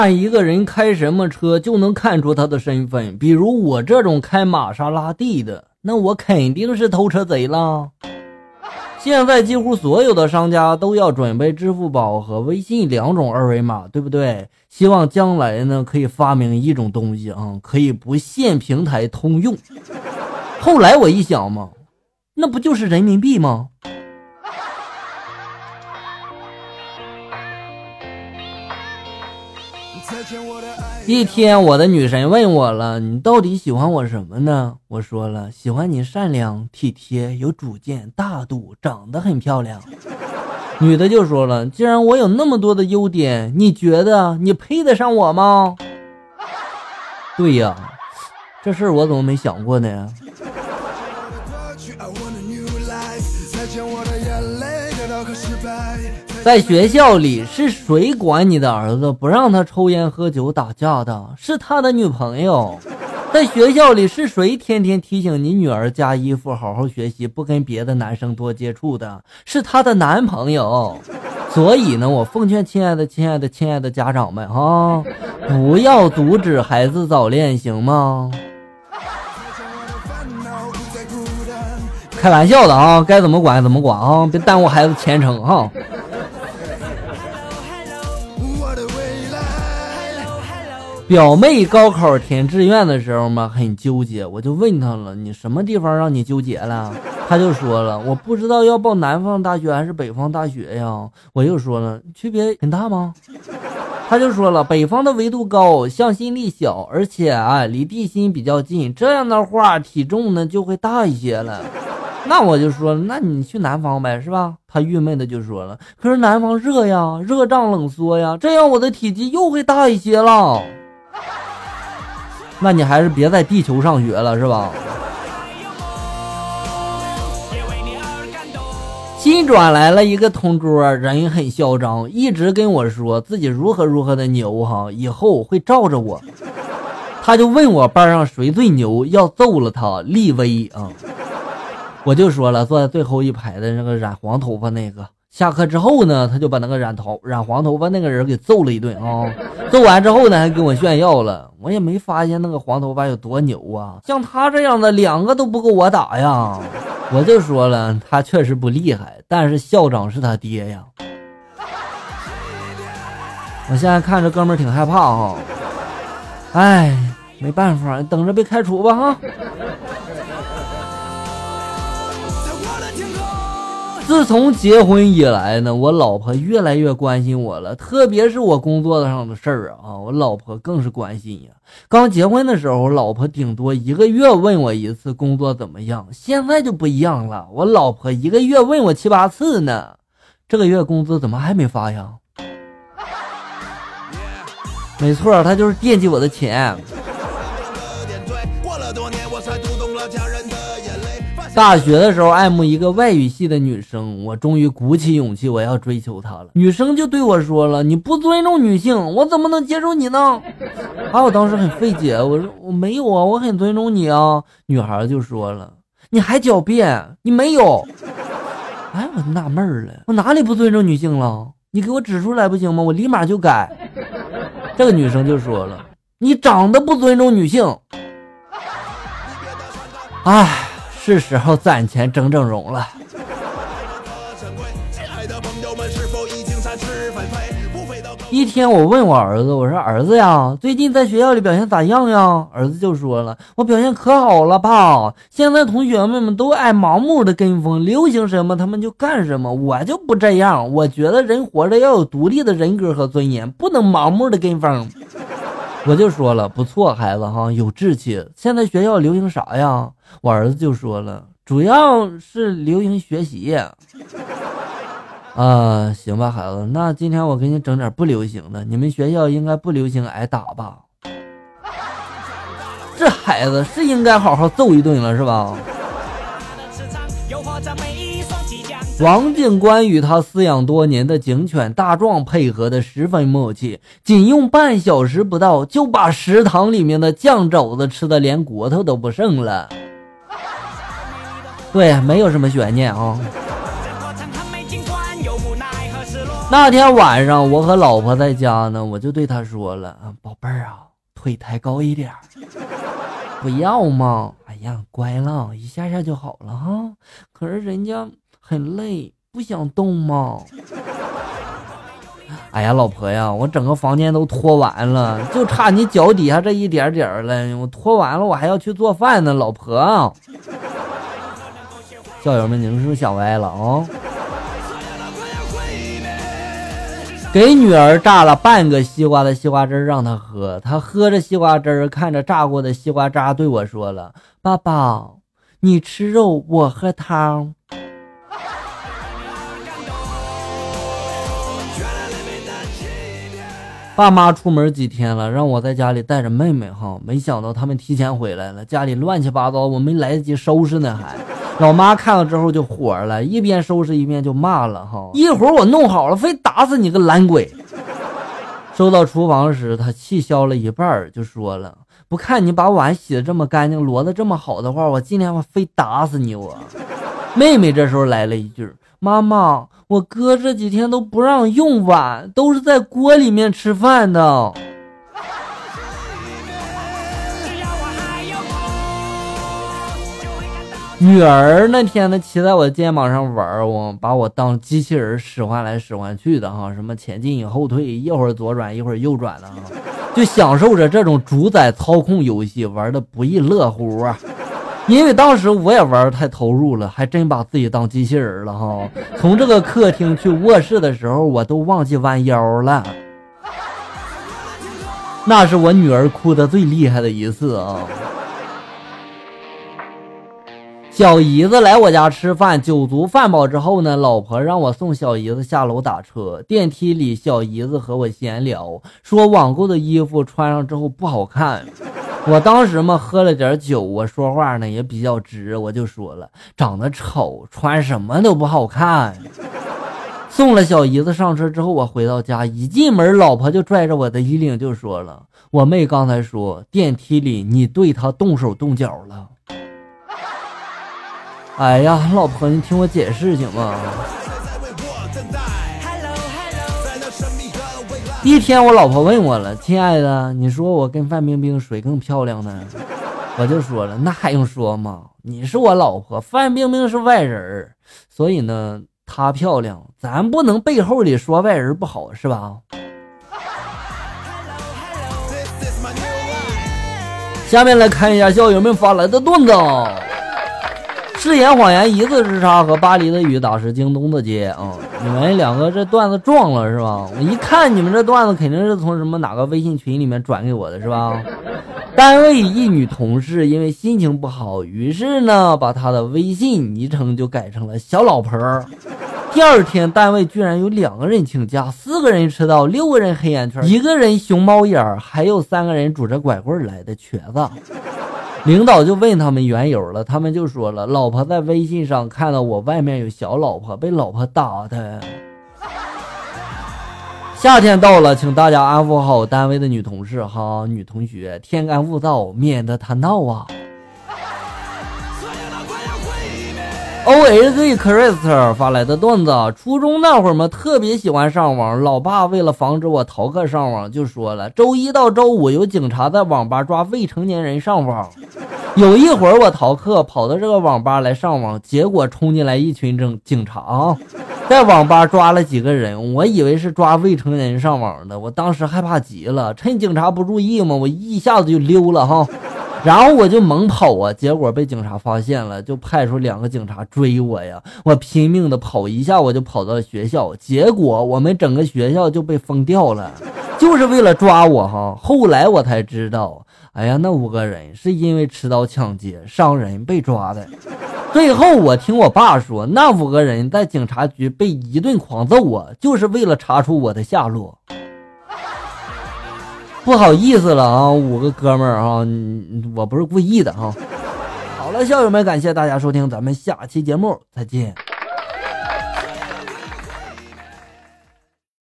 看一个人开什么车就能看出他的身份，比如我这种开玛莎拉蒂的，那我肯定是偷车贼了。现在几乎所有的商家都要准备支付宝和微信2种二维码，对不对？希望将来呢可以发明一种东西啊，可以不限平台通用。后来我一想嘛，那不就是人民币吗？一天我的女神问我了，你到底喜欢我什么呢？我说了，喜欢你善良体贴有主见大度长得很漂亮。女的就说了，既然我有那么多的优点，你觉得你配得上我吗？对呀，这事儿我怎么没想过呢？在学校里是谁管你的儿子不让他抽烟喝酒打架的？是他的女朋友。在学校里是谁天天提醒你女儿加衣服好好学习不跟别的男生多接触的？是她的男朋友。所以呢，我奉劝亲爱的家长们啊，不要阻止孩子早恋行吗？开玩笑的啊，该怎么管怎么管啊，别耽误孩子前程哈。表妹高考填志愿的时候嘛，很纠结，我就问她了，你什么地方让你纠结了？她就说了，我不知道要报南方大学还是北方大学呀。我又说了，区别很大吗？她就说了，北方的纬度高，向心力小，而且离地心比较近，这样的话体重呢就会大一些了。那我就说，那你去南方呗，是吧？她郁闷的就说了，可是南方热呀，热胀冷缩呀，这样我的体积又会大一些了。那你还是别在地球上学了，是吧？新转来了一个同桌，人很嚣张，一直跟我说自己如何的牛哈，以后会罩着我。他就问我班上谁最牛，要揍了他，立威啊！我就说了，坐在最后一排的那个染黄头发那个。下课之后呢，他就把那个染黄头发那个人给揍了一顿啊！揍完之后呢，还跟我炫耀了。我也没发现那个黄头发有多牛啊，像他这样的2个都不够我打呀！我就说了，他确实不厉害，但是校长是他爹呀。我现在看着哥们儿挺害怕哈，哎，没办法，等着被开除吧哈。自从结婚以来呢，我老婆越来越关心我了，特别是我工作上的事儿啊，我老婆更是关心呀。刚结婚的时候，老婆顶多1个月问我一次工作怎么样，现在就不一样了，我老婆1个月问我7、8次呢。这个月工资怎么还没发呀？没错，她就是惦记我的钱。大学的时候爱慕一个外语系的女生，我终于鼓起勇气我要追求她了。女生就对我说了，你不尊重女性，我怎么能接受你呢？我当时很费解，我说我没有啊，我很尊重你啊。女孩就说了，你还狡辩，你没有。我纳闷了，我哪里不尊重女性了？你给我指出来不行吗？我立马就改。这个女生就说了，你长得不尊重女性。是时候攒钱整整容了。一天我问我儿子，我说儿子呀，最近在学校里表现咋样呀？儿子就说了，我表现可好了吧，现在同学们都爱盲目的跟风，流行什么他们就干什么，我就不这样，我觉得人活着要有独立的人格和尊严，不能盲目的跟风。我就说了，不错孩子哈，有志气。现在学校流行啥呀？我儿子就说了，主要是流行学习。行吧孩子，那今天我给你整点不流行的，你们学校应该不流行挨打吧？这孩子是应该好好揍一顿了是吧？王警官与他饲养多年的警犬大壮配合的十分默契，仅用半小时不到就把食堂里面的酱肘子吃的连骨头都不剩了。对，没有什么悬念啊。 那天晚上我和老婆在家呢，我就对她说了，宝贝儿啊，腿抬高一点。不要吗？哎呀，乖了，一下下就好了哈。可是人家很累，不想动吗？哎呀，老婆呀，我整个房间都拖完了，就差你脚底下这一点点了。我拖完了，我还要去做饭呢，老婆。校友们，你们是不是想歪了啊？给女儿榨了半个西瓜的西瓜汁让她喝，她喝着西瓜汁看着榨过的西瓜渣对我说了，爸爸你吃肉我喝汤。爸妈出门几天了，让我在家里带着妹妹哈，没想到他们提前回来了，家里乱七八糟，我没来得及收拾呢还。老妈看了之后就火了，一边收拾一边就骂了哈，一会儿我弄好了非打死你个懒鬼。收到厨房时，她气消了一半就说了，不看你把碗洗得这么干净，摞得这么好的话，我今天非打死你我。妹妹这时候来了一句，妈妈，我哥这几天都不让用碗，都是在锅里面吃饭的。女儿那天呢，骑在我肩膀上玩，我把我当机器人使唤来使唤去的哈，什么前进后退，一会儿左转一会儿右转的哈，就享受着这种主宰操控游戏，玩的不亦乐乎啊！因为当时我也玩太投入了，还真把自己当机器人了哈。从这个客厅去卧室的时候，我都忘记弯腰了。那是我女儿哭得最厉害的一次啊！小姨子来我家吃饭，酒足饭饱之后呢，老婆让我送小姨子下楼打车。电梯里，小姨子和我闲聊，说网购的衣服穿上之后不好看。我当时嘛喝了点酒，我说话呢也比较直，我就说了，长得丑穿什么都不好看。送了小姨子上车之后，我回到家，一进门老婆就拽着我的衣领就说了，我妹刚才说电梯里你对她动手动脚了。哎呀，老婆，你听我解释行吗？一天我老婆问我了，亲爱的，你说我跟范冰冰谁更漂亮呢？我就说了，那还用说吗？你是我老婆，范冰冰是外人，所以呢她漂亮，咱不能背后里说外人不好是吧？下面来看一下校友们发来的段子。誓言谎言一字之差，和巴黎的雨打湿京东的街啊！你们两个这段子撞了是吧？我一看你们这段子肯定是从什么哪个微信群里面转给我的是吧？单位一女同事因为心情不好，于是呢把她的微信昵称就改成了小老婆。第二天单位居然有2个人请假，4个人迟到，6个人黑眼圈，1个人熊猫眼，还有3个人拄着拐棍来的瘸子。领导就问他们缘由了，他们就说了，老婆在微信上看到我外面有小老婆，被老婆打的。夏天到了，请大家安抚好单位的女同事哈，女同学，天干物燥，免得她闹啊。OHZ Crystal 发来的段子，初中那会儿嘛，特别喜欢上网，老爸为了防止我逃课上网，就说了，周一到周五有警察在网吧抓未成年人上网。有一会儿我逃课跑到这个网吧来上网，结果冲进来一群警察啊，在网吧抓了几个人，我以为是抓未成年人上网的，我当时害怕极了，趁警察不注意嘛，我一下子就溜了哈。然后我就猛跑啊，结果被警察发现了，就派出2个警察追我呀。我拼命的跑，一下我就跑到了学校，结果我们整个学校就被封掉了，就是为了抓我哈。后来我才知道，哎呀，那5个人是因为持刀抢劫伤人被抓的。最后我听我爸说，那5个人在警察局被一顿狂揍啊，就是为了查出我的下落。不好意思了啊，5个哥们儿啊，我不是故意的哈。好了，校友们，感谢大家收听，咱们下期节目再见。